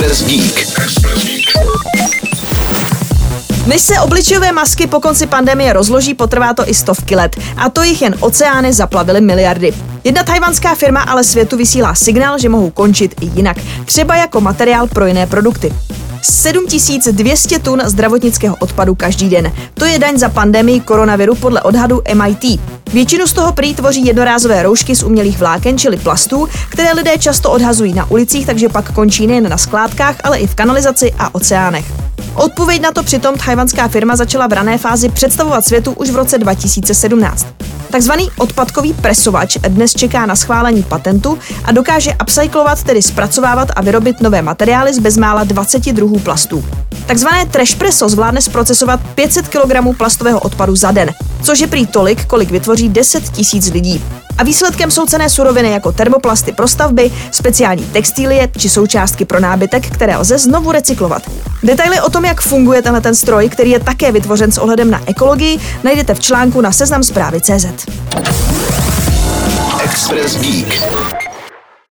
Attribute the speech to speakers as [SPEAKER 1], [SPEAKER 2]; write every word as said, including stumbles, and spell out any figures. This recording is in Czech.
[SPEAKER 1] Express Geek.
[SPEAKER 2] Než se obličejové masky po konci pandemie rozloží, potrvá to i stovky let. A to jich jen oceány zaplavily miliardy. Jedna tchajwanská firma ale světu vysílá signál, že mohou končit i jinak. Třeba jako materiál pro jiné produkty. sedm tisíc dvě stě tun zdravotnického odpadu každý den. To je daň za pandemii koronaviru podle odhadu M I T. Většinu z toho prý tvoří jednorázové roušky z umělých vláken, čili plastů, které lidé často odhazují na ulicích, takže pak končí nejen na skládkách, ale i v kanalizaci a oceánech. Odpověď na to přitom tchajwanská firma začala v rané fázi představovat světu už v roce dva tisíce sedmnáct. Takzvaný odpadkový presovač dnes čeká na schválení patentu a dokáže upcyklovat, tedy zpracovávat a vyrobit nové materiály z bezmála dvaceti druhů plastů. Takzvané trash presso zvládne zprocesovat pět set kilogramů plastového odpadu za den, což je prý tolik, kolik vytvoří deset tisíc lidí. A výsledkem jsou cenné suroviny jako termoplasty pro stavby, speciální textilie či součástky pro nábytek, které lze znovu recyklovat. Detaily o tom, jak funguje tenhle ten stroj, který je také vytvořen s ohledem na ekologii, najdete v článku na seznam zprávy tečka cé zet.
[SPEAKER 1] Express Geek.